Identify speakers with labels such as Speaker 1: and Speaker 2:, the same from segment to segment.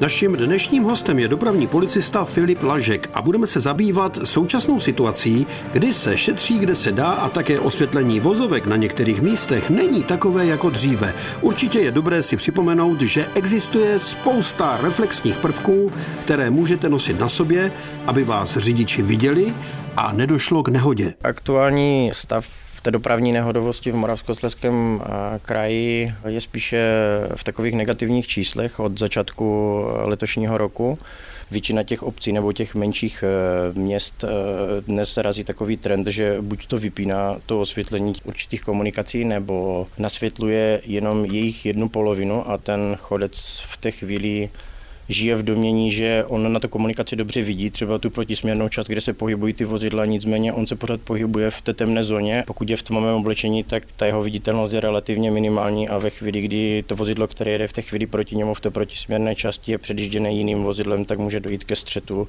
Speaker 1: Naším dnešním hostem je dopravní policista Filip Lažek a budeme se zabývat současnou situací, kdy se šetří, kde se dá a také osvětlení vozovek na některých místech není takové jako dříve. Určitě je dobré si připomenout, že existuje spousta reflexních prvků, které můžete nosit na sobě, aby vás řidiči viděli a nedošlo k nehodě.
Speaker 2: Aktuální stav v té dopravní nehodovosti v Moravskoslezském kraji je spíše v takových negativních číslech od začátku letošního roku. Většina těch obcí nebo těch menších měst dnes razí takový trend, že buď to vypíná to osvětlení určitých komunikací, nebo nasvětluje jenom jejich jednu polovinu a ten chodec v té chvíli žije v domnění, že on na to komunikaci dobře vidí, třeba tu protisměrnou část, kde se pohybují ty vozidla, nicméně on se pořád pohybuje v té temné zóně. Pokud je v tmavém oblečení, tak ta jeho viditelnost je relativně minimální a ve chvíli, kdy to vozidlo, které jede v té chvíli proti němu v té protisměrné části, je předjížděné jiným vozidlem, tak může dojít ke střetu.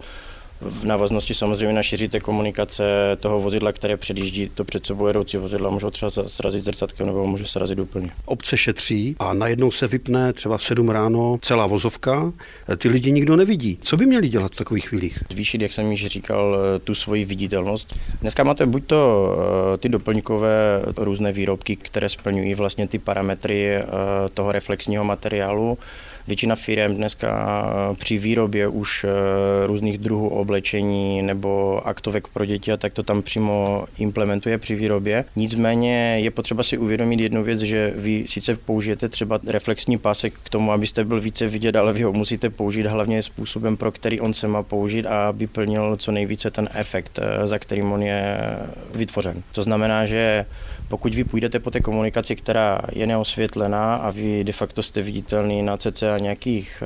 Speaker 2: V návaznosti samozřejmě na šířité komunikace toho vozidla, které předjíždí to před sebou jedoucí vozidla, můžou třeba srazit zrcátkem nebo může srazit úplně.
Speaker 1: Obce šetří a najednou se vypne třeba v 7 ráno celá vozovka. Ty lidi nikdo nevidí. Co by měli dělat v takových chvílích?
Speaker 2: Zvýšit, jak jsem již říkal, tu svoji viditelnost. Dneska máte buď to ty doplňkové různé výrobky, které splňují vlastně ty parametry toho reflexního materiálu. Většina firem dneska při výrobě už různých druhů oblečení nebo aktovek pro děti a tak to tam přímo implementuje při výrobě. Nicméně je potřeba si uvědomit jednu věc, že vy sice použijete třeba reflexní pásek k tomu, abyste byl více vidět, ale vy ho musíte použít hlavně způsobem, pro který on se má použít a aby plnil co nejvíce ten efekt, za kterým on je vytvořen. To znamená, že pokud vy půjdete po té komunikaci, která je neosvětlená a vy de facto jste viditelný na cca nějakých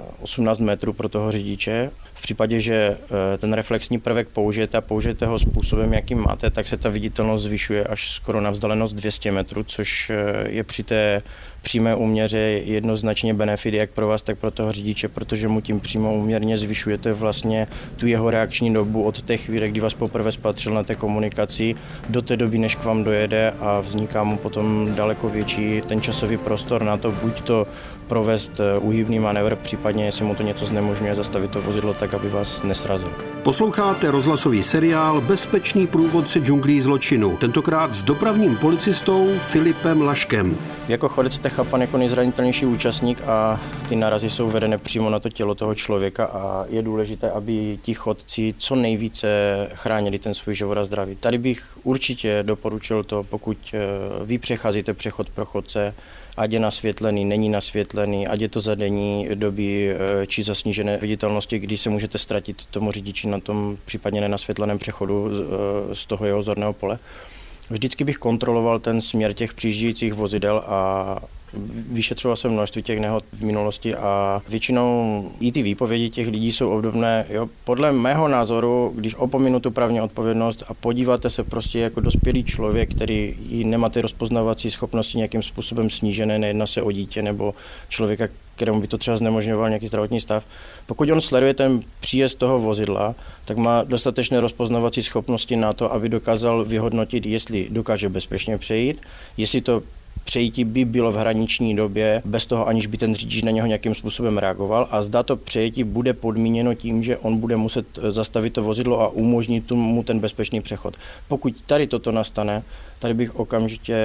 Speaker 2: 18 metrů pro toho řidiče, v případě, že ten reflexní prvek použijete a použijete ho způsobem, jakým máte, tak se ta viditelnost zvyšuje až skoro na vzdálenost 200 metrů, což je při té přímé úměře jednoznačně benefit jak pro vás, tak pro toho řidiče, protože mu tím přímo úměrně zvyšujete vlastně tu jeho reakční dobu od té chvíle, kdy vás poprvé spatřil na té komunikaci, do té doby, než k vám dojede a vzniká mu potom daleko větší ten časový prostor na to, buď to provést úhybný manévr, případně jestli mu to něco znemožňuje, zastavit to vozidlo tak, aby vás nesrazil.
Speaker 1: Posloucháte rozhlasový seriál Bezpečný průvodce džunglí zločinu, tentokrát s dopravním policistou Filipem Lažkem.
Speaker 2: Jako chodec jste chápan jako nejzranitelnější účastník a ty nárazy jsou vedené přímo na to tělo toho člověka a je důležité, aby ti chodci co nejvíce chránili ten svůj život a zdraví. Tady bych určitě doporučil to, pokud vy přecházíte přechod pro chodce, ať je nasvětlený, není nasvětlený, ať je to za denní doby či za snížené viditelnosti, kdy se můžete ztratit tomu řidiči na tom případně nenasvětleném přechodu z toho jeho zorného pole. Vždycky bych kontroloval ten směr těch přijíždějících vozidel a vyšetřoval jsem množství těch nehod v minulosti a většinou i ty výpovědi těch lidí jsou obdobné. Jo. Podle mého názoru, když opominu tu právní odpovědnost a podíváte se prostě jako dospělý člověk, který nemá ty rozpoznávací schopnosti nějakým způsobem snížené, nejedná se o dítě nebo člověka, kterému by to třeba znemožňoval nějaký zdravotní stav. Pokud on sleduje ten příjezd toho vozidla, tak má dostatečné rozpoznávací schopnosti na to, aby dokázal vyhodnotit, jestli dokáže bezpečně přejít, jestli to přejítí by bylo v hraniční době, bez toho, aniž by ten řidič na něho nějakým způsobem reagoval a zda to přejítí bude podmíněno tím, že on bude muset zastavit to vozidlo a umožnit mu ten bezpečný přechod. Pokud tady toto nastane, tady bych okamžitě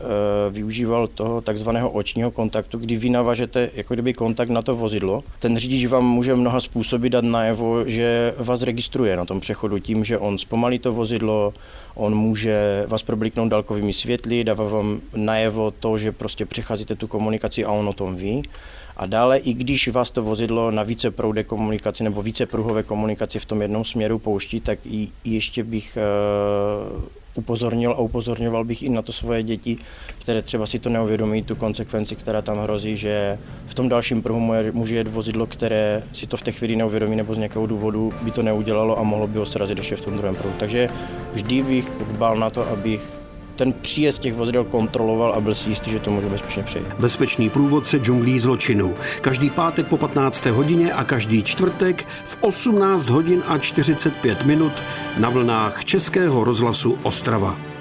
Speaker 2: využíval toho takzvaného očního kontaktu, kdy vy navážete jako kdyby kontakt na to vozidlo. Ten řidič vám může mnoha způsoby dát najevo, že vás registruje na tom přechodu tím, že on zpomalí to vozidlo, on může vás probliknout dálkovými světly, dává vám najevo to, že prostě přecházíte tu komunikaci a on o tom ví. A dále, i když vás to vozidlo na víceproudé komunikaci nebo vícepruhové komunikaci v tom jednom směru pouští, tak i ještě bych upozornil a upozorňoval bych i na to svoje děti, které třeba si to neuvědomí, tu konsekvenci, která tam hrozí, že v tom dalším pruhu může jet vozidlo, které si to v té chvíli neuvědomí nebo z nějakého důvodu by to neudělalo a mohlo by ho srazit ještě v tom druhém pruhu. Takže vždy bych dbal na to, abych ten příjezd těch vozidel kontroloval a byl si jistý, že to může bezpečně přejít.
Speaker 1: Bezpečný průvodce džunglí zločinu. Každý pátek po 15. hodině a každý čtvrtek v 18 hodin a 45 minut na vlnách Českého rozhlasu Ostrava.